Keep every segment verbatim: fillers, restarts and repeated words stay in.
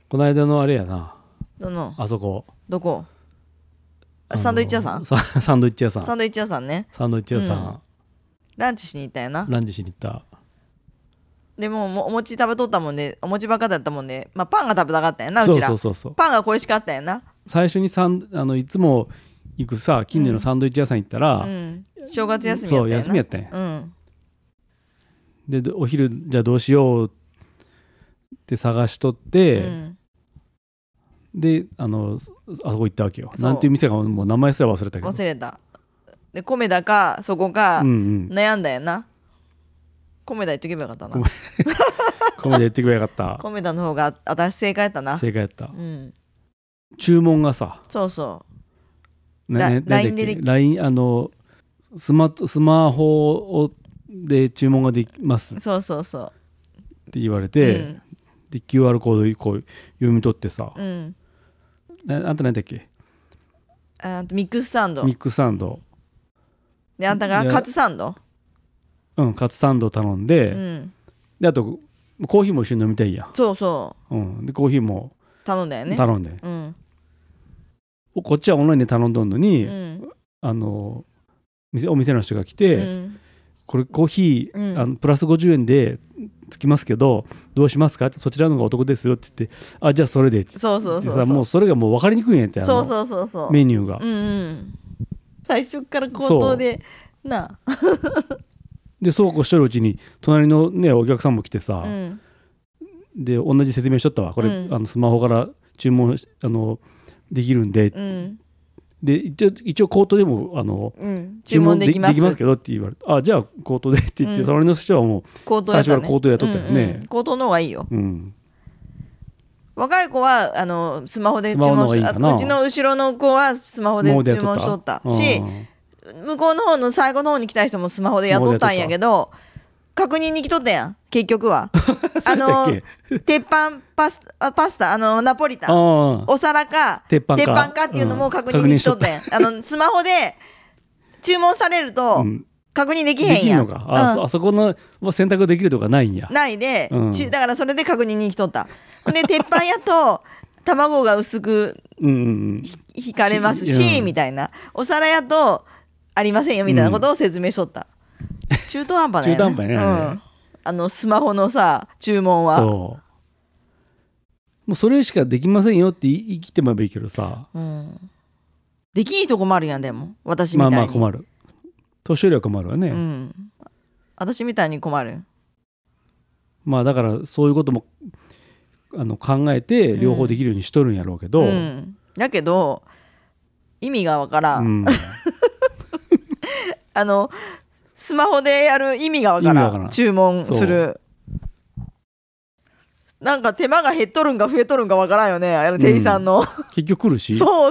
この間のあれやな、 どのあそこどこあのサンドイッチ屋さんササンドイッチ屋さんサンドイッチ屋さんね。 サンドイッチ屋さん、 うんランチしに行ったよな。 ランチしに行った。 でももお餅食べとったもんで、お餅ばっかだったもんで、まあ、パンが食べたかったんやな、うそうちら。 そうそうそう。 パンが恋しかったんやな。 最初にサンあのいつも行くさ近所のサンドイッチ屋さん行ったら、 うん、正月休みやったんやな。 そう休みやったんや、 うん、 でどお昼じゃあどうしようって探しとって、 うん、 であのあそこ行ったわけよ。 そうなんていう店かもう名前すら忘れたけど忘れた。で米田かそこかうんうん悩んだよな。米田行っとけばよかったな。 米で言ってくればよかった米田の方が私正解やったな。 正解やった、 うん、 注文がさそうそうなね、 ラインでできライン あのスマスマホをで注文ができますっそうそうそて言われう。 て、 うん、 で キューアール コードこう読み取ってさ、 うん、 なあんた何だっけあとミックスサンドミックスサンドで、あんたがカツサンド、 うんカツサンド頼んで、 うん、 であとコーヒーも一緒に飲みたいやん、 そうそうん、でコーヒーもう頼んだよね。 頼んで、 うん、 こっちはオンラインで頼んどんのに、 うん、 あの店お店の人が来て、 うん、 これコーヒー、 うん、 あのプラスごじゅうえんでつきますけどどうしますかって、そちらの方がお得ですよって言って、あじゃあそれでってそうそうそうそう。 さもうそれがもう分かりにくいんやって、あのそうそうそうそう。 メニューが、 うんうん。最初から口頭でなあ。 でそうこうしとるうちに隣のねお客さんも来てさ、 うん、 で同じ説明しとったわ、これ、 うんあのスマホから注文しあのできるんで、 うん、 で一応一応口頭でもあの、 うん、注文できます。 できますけどって言われて、あじゃあ口頭でって言って、 うん、 隣の人はもう口頭やったね。 最初から口頭やっとったよね、 うんうん、口頭の方がいいよ。 うん、 若い子はあのスマホで注スマホの文し方がいいかな、 うちの後ろの子はスマホで注文しとったし、向こうの方の最後の方に来た人もスマホでやっとったんやけど、確認に来とったやん結局は。あの鉄板パスタパスタあのナポリタンお皿か鉄板か鉄板かっていうのも確認に来とったやん、うん、あのスマホで注文されると確認できへんやん、 できんのか、あ、うん、あそこの選択できるとかないんや。 ないで、 うん、 だからそれで確認に来とった。で鉄板やと卵が薄く引かれますし、うん、みたいな、お皿やとありませんよみたいなことを説明しとった、うん、中途半端だよね。 中途半端ね、あれ、うん、 あのスマホのさ注文はそうもうそれしかできませんよって言い切ってもいいけどさ、 うん、できん人困るやん。でも私みたいにまあまあ困る、年寄りは困るわね、 うん、私みたいに困る。 まあだからそういうこともあの考えて両方できるようにしとるんやろうけど、 うんうん、だけど意味がわからん、うん、あのスマホでやる意味がわからん、からん注文するなんか手間が減っとるんか増えとるんかわからんよね、あの店員さんの、うん、 結局来るしそう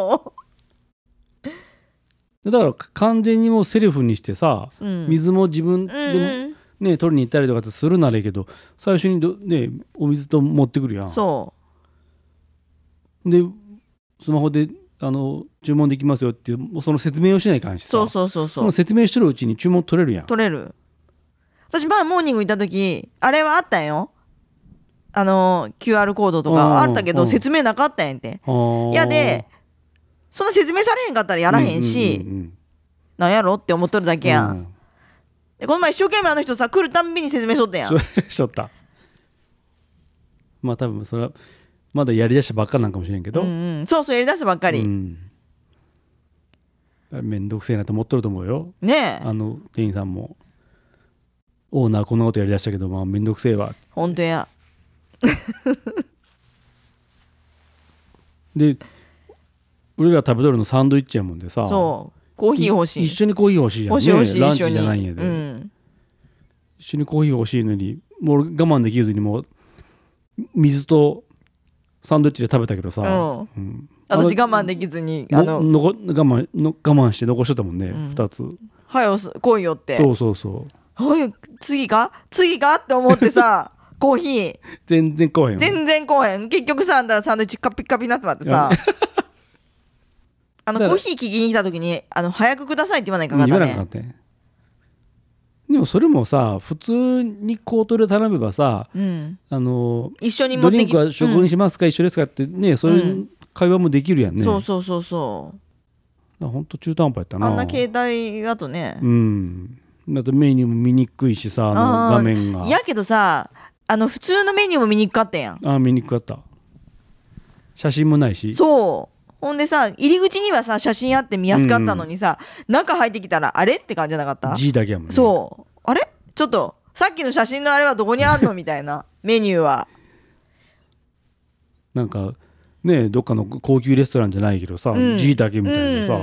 そうだから完全にもうセルフにしてさ、うん、水も自分でも、ねうん、取りに行ったりとかするならいいけど、最初にど、ね、お水と持ってくるやん。 そうでスマホであの注文できますよっていうその説明をしないかんしさ、 そうそうそうそう、 その説明してるうちに注文取れるやん。 取れる。私前モーニング行った時あれはあったんよ、あの キューアール コードとかあったけど説明なかったんやんて。いやでその説明されへんかったらやらへんし、うんうんうんうん、なんやろって思っとるだけやん、うん、でこの前一生懸命あの人さ来るたんびに説明しとったやんしとった。まあ多分それはまだやりだしたばっかなんかもしれんけど、 うんうん、そうそうやりだしたばっかり、うん、 めんどくせえなと思っとると思うよねえ。 あの店員さんもオーナーこんなことやりだしたけど、まあめんどくせえわ。 ほんとやで俺ら食べとるのサンドイッチやもんでさ、 そうコーヒー欲しい、 一緒にコーヒー欲しいじゃんね。 欲しい欲しい、 ランチじゃないんやで、 うん、 一緒にコーヒー欲しいのにもう我慢できずにもう水とサンドイッチで食べたけどさ、うんうん、 私我慢できずにあののの我慢の我慢して残しとったもんね、うん、ふたつ。 はいよ来いよって。 そうそうそう、 はい次か次かって思ってさコーヒー全然来へん、 全然来へん。結局さサンドイッチカピカピになってまってさあのコーヒー聞きに来た時にあの早くくださいって言わないかかったね。 言わなかったね。 でもそれもさ普通に口頭で頼めばさ、 うん、 あの一緒に持ってきドリンクは食後にしますか、うん、一緒ですかってね、そういう会話もできるやんね、 うん、そうそうそうそうほんと中途半端やったな。 あんな携帯だとね、 うんだとメニューも見にくいしさ、あの画面が。 やけどさあの普通のメニューも見にくかったやん。 あ見にくかった。写真もないし。 そうほんでさ入り口にはさ写真あって見やすかったのにさ、うんうん、中入ってきたらあれって感じじゃなかった？ G だけやもんね。 そうあれちょっとさっきの写真のあれはどこにあんのみたいなメニューはなんかねどっかの高級レストランじゃないけどさ、うん、G だけみたいなさ、うん、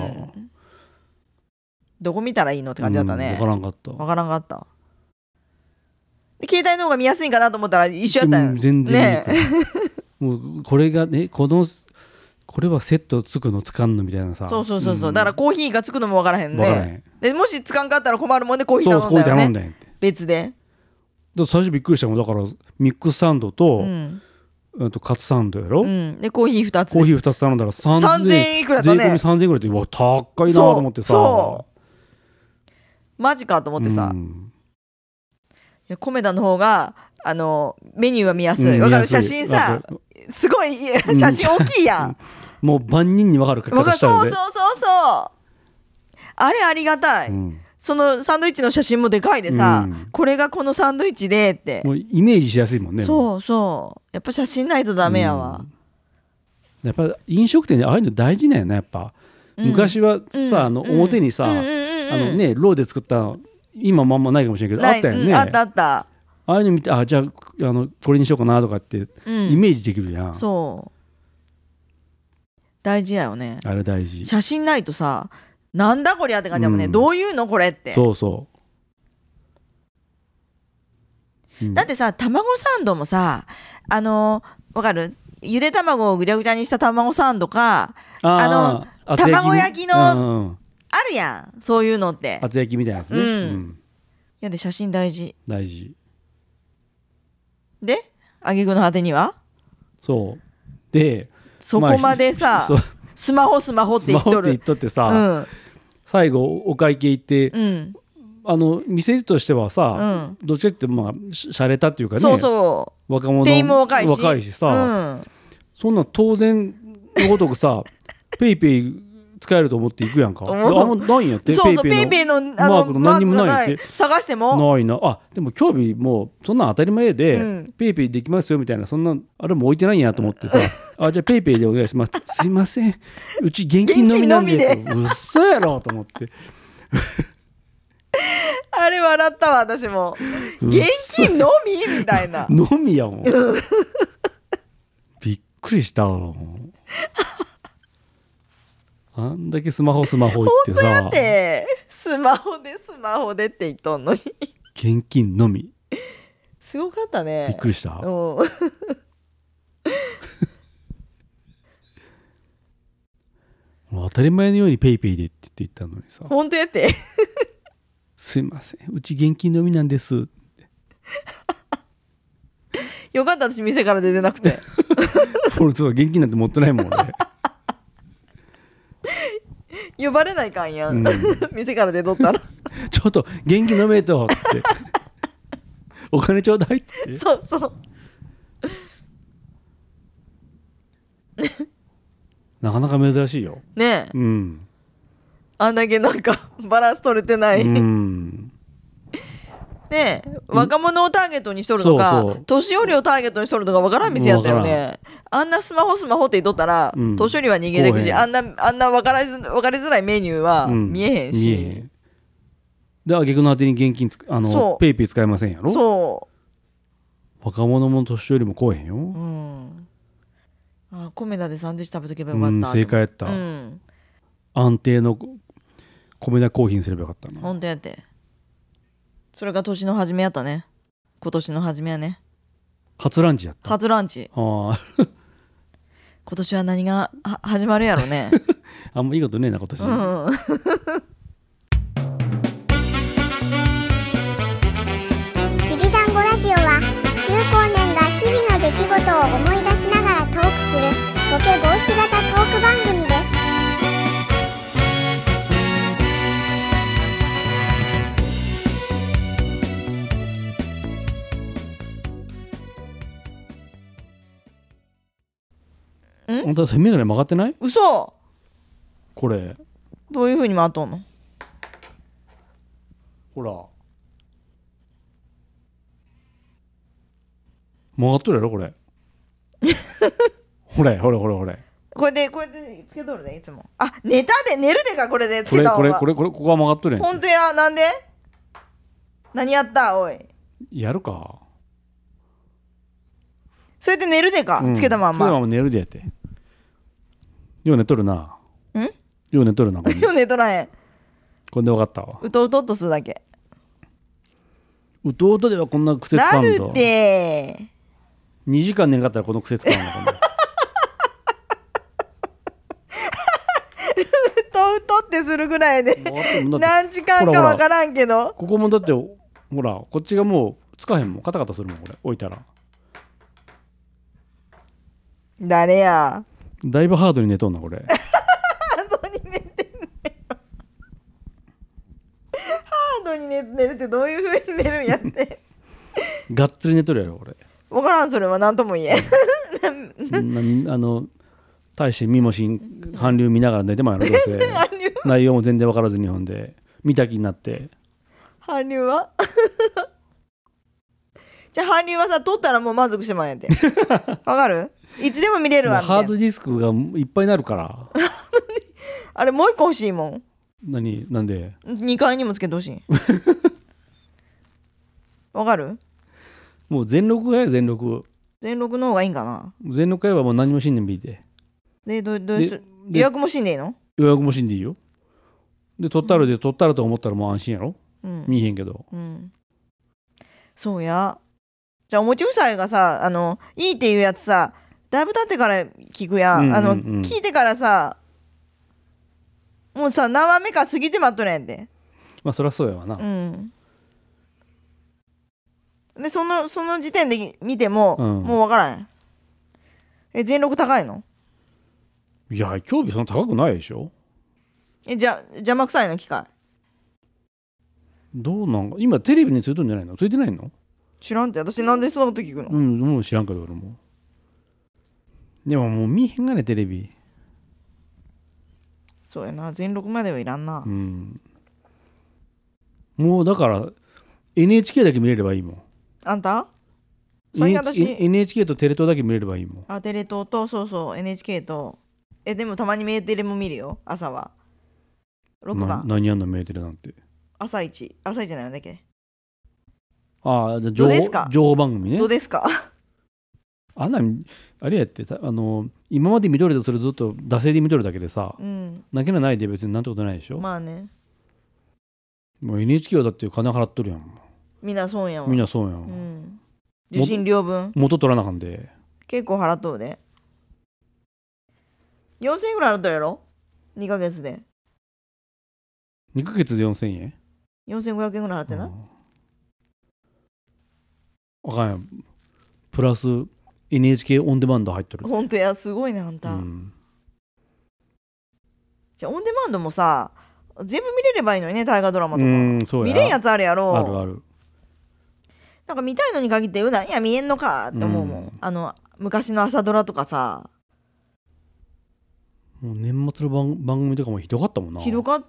どこ見たらいいのって感じだったね。 分からんかった分からんかったで携帯の方が見やすいかなと思ったら一緒やったよ、うん、 全然ねもうこれがねこのこれはセットつくのつかんのみたいなさ。 そうそうそうそう、うん、だからコーヒーがつくのも分からへんね。分からへんでもしつかんかったら困るもんでコーヒー頼んだよね。そうコーヒー頼んだんやって別で。 だ最初びっくりしたもんだからミックスサンドと、うん、あとカツサンドやろ、うん、 でコーヒーふたつです。 コーヒーふたつ頼んだらさんぜんえんいくらだね。税込みさんぜんえんぐらいってうわ高いなと思ってさ。 そうマジかと思ってさ、うん、いやコメダの方があのメニューは見やすい。わ、うん、かる写真さすごい写真大きいやん、うん、 もう万人に分かる書き方したよね。 そうそうそうそうあれありがたい、うん、そのサンドイッチの写真もでかいでさ、うん、これがこのサンドイッチでってもうイメージしやすいもんね。 そうそうやっぱ写真ないとダメやわ、 うん、やっぱ飲食店でああいうの大事なんやなやっぱ、うん、昔はさ、うん、あの表にさ、うん、あのねローで作った今まんまないかもしれないけどあったよね、うん、 あったあったああいうの見てあじゃあ、あのこれにしようかなとかってイメージできるやん、 うん、そう大事やよね。 あれ大事。 写真ないとさなんだこりゃって感じだもんね、うん、どういうのこれってそうそう、 うん、だってさ卵サンドもさあのわかるゆで卵をぐちゃぐちゃにした卵サンドかあの卵焼きのあるやんそういうのって厚焼きみたいなやつね、うんうん、 いやで写真大事大事で挙句の果てにはそうでそこまでさ、まあ、スマホスマホって言っとるスマホって言っとってさ、うん、最後お会計行って、うん、あの店としてはさ、うん、どっちかってまあしゃれたっていうかねそうそう若者店員も若いし若いしさ、うん、そんな当然のごとくさペイペイ使えると思っていくやんか。あんまないんやってそうそうペイペイのマークの何にもないって探してもないなあでも興味もうそんなん当たり前で、うん、ペイペイできますよみたいなそんなあれも置いてないんやと思ってさあじゃあペイペイでお願いしますすいませんうち現金のみなんでうっそやろと思ってあれ笑ったわ私も現金のみみたいなのみやもんびっくりしたわあんだけスマホスマホ言ってさ本当やってスマホでスマホでって言っとんのに現金のみすごかったねびっくりしたもう当たり前のようにペイペイでって言ったのにさ本当やってすいませんうち現金のみなんですよかった私店から出てなくて俺そう現金なんて持ってないもんね呼ばれないかんやん、うん、店から出とったらちょっと現金飲めとってお金ちょうだいってそうそうなかなか珍しいよねえ、 うん、 あんだけなんかバランス取れてない、うんねえ若者をターゲットにしとるのか年寄りをターゲットにしとるのか分からん店やったよね。あんなスマホスマホって言っとったら、うん、年寄りは逃げてくしあんなあんな分からず分かりづらいメニューは見えへんし、うん、へんで挙句の果てに現金つあのペイペイ使えませんやろ。そう若者も年寄りも来えへんよ、うん、 あ米田でサンドイッチ食べとけばよかった、うん、 正解やった、うん、安定の米田コーヒーにすればよかったな。 ほんとやってそれが年の初めやったね。今年の初めやね。 初ランチやった。 初ランチ。あ今年は何がは始まるやろね。 あんまいいことねえな今年。うん、 きびだんごラジオは中高年が日々の出来事を思い出しながらトークするボケ防止型トーク番組です。 本当は眼鏡曲がってない？ 嘘。 これどういう風に回っとんの？ ほら曲がっとるやろこれほれほれほれほれこれでこうやってつけとるでいつも。あ、寝たで寝るでかこれでつこれけた方が。 これこれこれここは曲がっとるやん。 ほんとや。なんで？何やったおい。 やるか。 それで寝るでか、 うん、 つけたまんま。 つけたまま寝るでやって。よう寝とるな。 ん？ よう寝とるな。これよう寝とらへん。 これで分かったわ。 うとうとっとするだけ。 うとうとではこんな癖つかんぞ。 なるってにじかん寝んかったらこの癖つかんのかな。 うとうとってするぐらいで何時間か分からんけど。 ここもだってほらこっちがもうつかへんもん。カタカタするもんこれ置いたら。 誰や。 だいぶハードに寝とんなこれ。 ハードに寝てんねよ。ハードに寝るってどういう風に寝るんやって。 がっつり寝とるやろこれ。 分からん。それは何とも言えん。 あの大して見もしん韓流見ながら寝てもやろどうせ内容も全然分からず日本で見た気になって。 韓流はじゃあ韓流はさ撮ったらもう満足してまうんやって。分かる？いつでも見れるわみたいな。 ハードディスクがいっぱいになるから。 あれもう一個欲しいもん。 何なんでにかいにもつけてほしい。わかる？ もう全録がや全録。 全録の方がいいんかな。 全録やばもう何もしんでもいいで。 でどうどうする？予約もしんでいいの？ 予約もしんでいいよ。で撮ったらで撮ったらと思ったらもう安心やろ、うん、見えへんけど、 うん、そうや。じゃあおもち夫妻がさあのいいっていうやつさだいぶ経ってから聞くやん、うんうんうん、あの聞いてからさもうさ何話目か過ぎて待っとるやんて。 まあそりゃそうやわな。 うん。でそのその時点で見ても、うん、もう分からん。え全録高いの？ いや興味そんな高くないでしょ。 えじゃ邪魔くさいの機械。 どうなんか今テレビについとんじゃないの？ついてないの？ 知らんって。私なんでそんなこと聞くの？ うんもう知らんけど俺も。でももう見へんがねテレビ。 そうやな全録まではいらんな。 うん。もうだから エヌエイチケー だけ見れればいいもん。 あんた？それ私エヌエイチケー とテレ東だけ見れればいいもん。 あテレ東とそうそう エヌエイチケー とえでもたまにメーテレも見るよ朝は。ろくばん。 何やんのメーテレなんて。 朝一朝一じゃないんだっけ。 ああじゃあ情報情報番組ね。 どうですか。 あんなあれやってあの今まで見とるとそれずっと惰性で見とるだけでさ、うん、なけなないで別になんてことないでしょ。 まあね。 もう エヌエイチケー だって金払っとるやん。 みんなそうやん。 みんなそうやん、うん、 受信料分元取らなあかんで結構払っとるで。よんせんえんぐらい払っとるやろにかげつで。 にかげつでよんせんえんよんせんごひゃくえんぐらい払ってな、うん、 あかんやんプラス エヌエイチケー オンデマンド入っとる。 ほんとやすごいねあんた、うん、じゃあオンデマンドもさ全部見れればいいのにね大河ドラマとか。うんそうや見れんやつあるやろ。 あるある。 なんか見たいのに限ってうなんや見えんのかって思うもん、うん、あの昔の朝ドラとかさもう年末の 番, 番組とかもひどかったもんな。 ひどかった。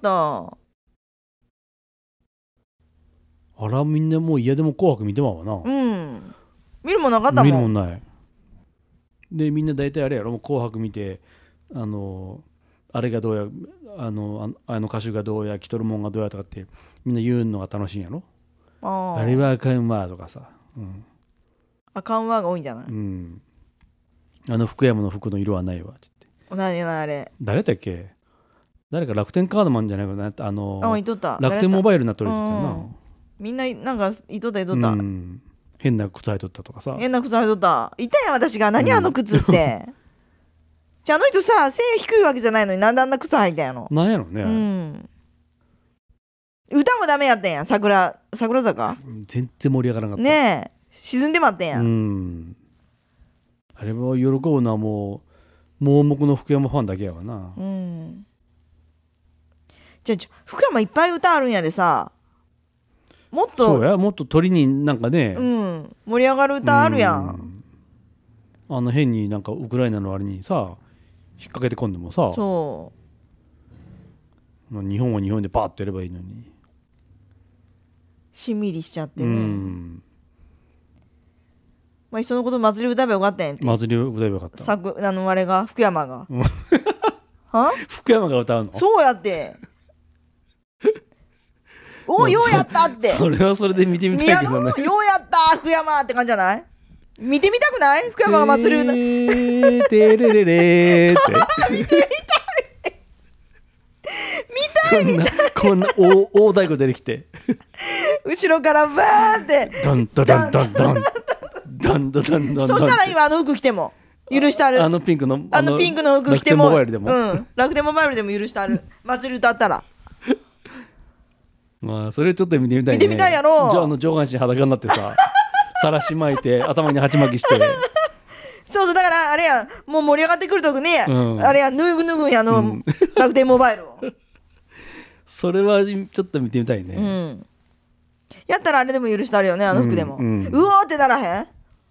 あらみんなもう嫌でも紅白見てまうわな。 うん見るもんなかったもん。 見るもんないでみんな大体あれやろもう紅白見てあのあれがどうやあのあの歌手がどうや着とるもんがどうやとかってみんな言うのが楽しいんやろ。 あ, あれはあかんわとかさ、うん、 あかんわが多いんじゃない、 うん、あの福山の服の色はないわって言って。 何何あれ誰だっけ誰か楽天カードマンじゃないかなあのあいとった楽天モバイルになっとるって言ったな、うん、 みんななんかいとったいとった、うん、 変な靴履いとったとかさ。 変な靴履いとったいたやん私が何あの靴って、うん、じゃああの人さ背低いわけじゃないのになんであんな靴履いたんやろ。 なんやろね、 うん歌もダメやったんや桜桜坂全然盛り上がらなかったねえ沈んでまってんやん。 うんあれは喜ぶのはもう盲目の福山ファンだけやわな。 うんじゃあ福山いっぱい歌あるんやでさもっとそうやもっと鳥になんかね、 うん、盛り上がる歌あるやん。 あの変になんかウクライナのあれにさ引っ掛けてこんでもさ、 そう日本は日本でパーッとやればいいのにしんみりしちゃってね、 うん、 まあ、いっそのこと祭り歌えばよかったんやんって。 祭り歌えばよかった。 作あのあれが福山がは福山が歌うの？ そうやっておようやったってそれはそれで見てみたいけどね。 ようやった福山って感じじゃない？見てみたくない？福山が祭り歌えてれれれーって見てみたい見たい見たいこんなこんな大大太鼓出てきて後ろからバーってドンドドンドンドンドンドンドンドン。 そしたら今あの服着ても許してある。 あのピンクのあのピンクの服着ても楽天モバイルでも、 うん、楽天モバイルでも許してある祭り歌ったらまあそれちょっと見てみたいね。 見てみたいやろ。 じゃああの上半身裸になってささらし巻いて頭に鉢巻きしてそうそうだからあれやもう盛り上がってくるとくね、うん、あれや脱ぐ脱ぐんやの、うん、楽天モバイルをそれはちょっと見てみたいね、 うん、やったらあれでも許してあるよねあの服でも、うんうん、うおーってならへん？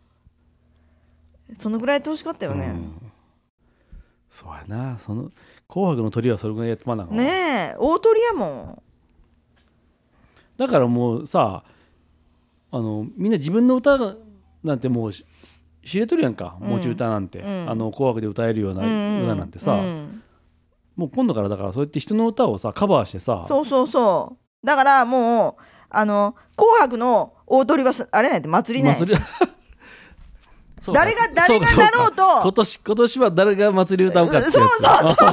そのぐらいやってほしかったよね、うん、 そうやな。その紅白の鳥はそれぐらいやってまなかねえ大鳥やもん。 だからもうさあのみんな自分の歌なんてもう知れとるやんか、うん、持ち歌なんて、うん、あの紅白で歌えるような歌なんてさ、うんうん、もう今度からだからそうやって人の歌をさカバーしてさ。 そうそうそうだからもうあの紅白の大鳥はあれなんやって祭りね祭り誰が誰がなろうと今年今年は誰が祭り歌うかってやつ。 そうそうそう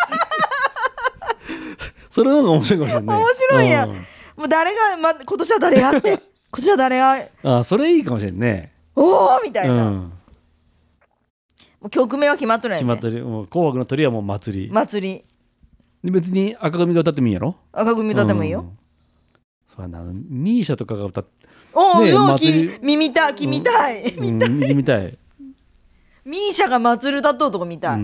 それの方が面白いかもしれない。 面白いやん、うん、もう誰が、ま、今年は誰やって今年は誰があそれいいかもしれんね。 おーみたいな、うん、もう曲名は決まっとるやんね。 決まっとる。もう紅白の鳥はもう祭り祭りで別に赤組が歌ってもいいんやろ。 赤組歌ってもいいよ、うん、 そうやな。ミーシャとかが歌っておお、ね、ようき耳たき見たい、 うん、見たい、うん、見たい。 ミーシャが祭る歌っとうとこ見たい、うん、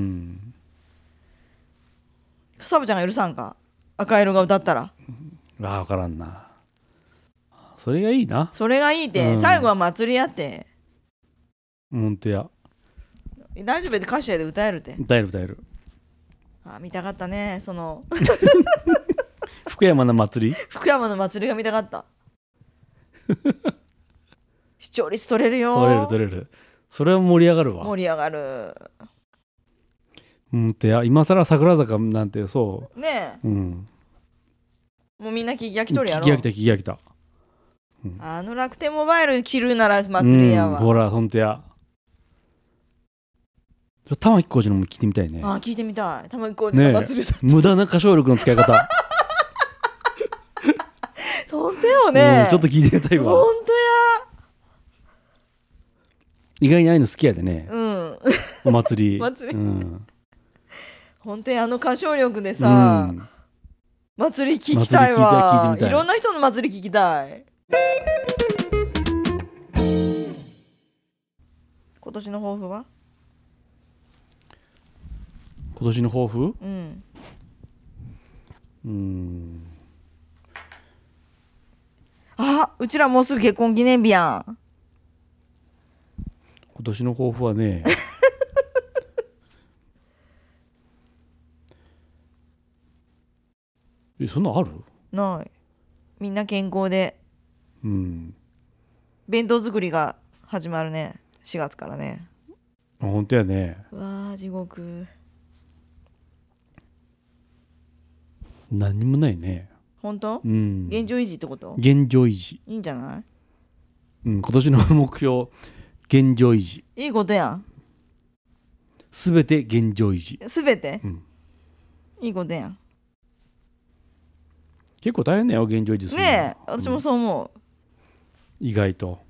サブちゃんが許さんか赤色が歌ったら。ああ分からんな。それがいいな。 それがいいって、うん、最後は祭りやってほんとや。 大丈夫で歌手やで歌えるって歌える歌える。 あ見たかったねその福山の祭り福山の祭りが見たかった視聴率取れるよ。 取れる取れる。それは盛り上がるわ。 盛り上がる。 うんとや今更桜坂なんてそうねえ、 うん、 もうみんな聞き飽きとるやろ。 聞き飽きた聞き飽きた、 うん、あの楽天モバイル着るなら祭りやわ、 うん、ほらほんとや。玉置浩二のも聞いてみたいね。 あ聞いてみたい。玉置浩二の祭りさん、 ね、無駄な歌唱力の使い方ほんとよね、 うん、ちょっと聞いてみたいわ。 ほんとや。 意外にああいうの好きやでね、 うん、 お祭り祭り、 うん、 ほんとにあの歌唱力でさ、うん、祭り聞きたいわ。い, いろんな人の祭り聞きたい。今年の抱負は？ 今年の抱負？ うんうんあうちらもうすぐ結婚記念日やん。 今年の抱負はねえそんなある？ ない。みんな健康で、 うん、 弁当作りが始まるねしがつからね。 あ本当やね。 うわー地獄。 何にもないね。 本当？ うん、 現状維持ってこと？ 現状維持いいんじゃない？ うん、今年の目標現状維持。 いいことやん。 すべて現状維持。 すべて、 うん、いいことやん。 結構大変だよ現状維持するの。 ねえ私もそう思う、 うん、意外と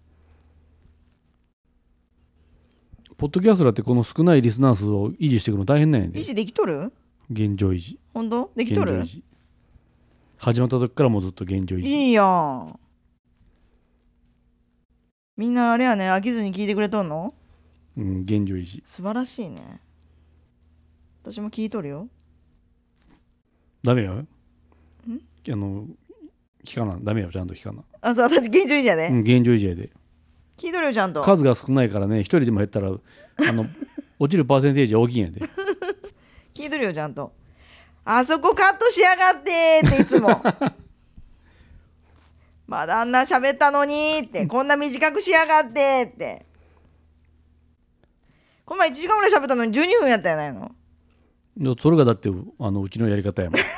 ポッドキャストだってこの少ないリスナー数を維持していくの大変なんやね。 維持できとる？ 現状維持。 本当？できとる？ 始まった時からもうずっと現状維持。 いいやん。みんなあれやね飽きずに聞いてくれとんの？ うん現状維持。 素晴らしいね。私も聞いとるよ。 ダメよ。ん？あの聞かなダメよちゃんと聞かな。 あそう私現状維持やで、ね。 うん現状維持やで。 聞いとるよちゃんと。 数が少ないからね一人でも減ったらあの落ちるパーセンテージ大きいんやで。 いてるよちゃんと。あそこカットしやがってっていつもまだあんな喋ったのにってこんな短くしやがってって。この前いちじかんぐらい喋ったのにじゅうにふんやったやないの。 それがだってあのうちのやり方やもん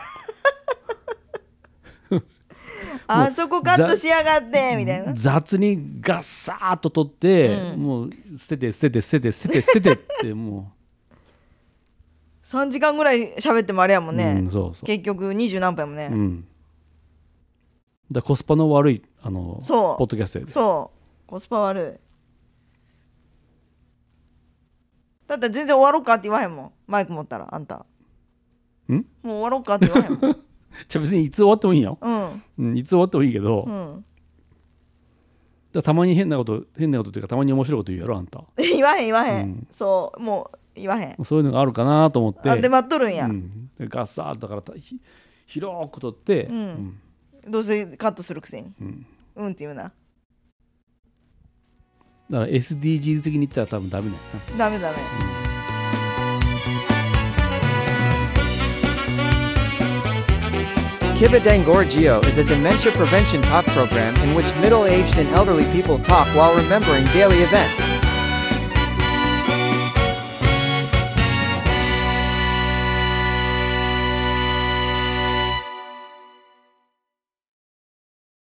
あそこカットしやがってみたいな。 雑にガッサーッと取って、うん、もう捨てて捨てて捨てて捨てて捨ててってもうさんじかんぐらい喋ってもあれやもんね、 うん、そうそう結局にじゅう何分やもんね、 うん、だコスパの悪いあのそうポッドキャストやで。 そうコスパ悪い。だって全然終わろうかって言わへんもん。マイク持ったらあんたんもう終わろうかって言わへんもんじゃ別にいつ終わってもいいよ、 うんうん、いつ終わってもいいけど、 うん、 だたまに変なこと変なことっていうかたまに面白いこと言うやろあんた言わへん言わへん、うん、そうもう言わへん。 そういうのがあるかなと思ってあで待っとるんや、 うん、でガッサーだからひ広く取って、 うんうん、どうせカットするくせに、うん、うんって言うな。 だから エスディージーズ 的に言ったら多分ダメだよな。 ダメダメ、 うん、Kibidangorgio is a dementia prevention talk program in which middle-aged and elderly people talk while remembering daily events.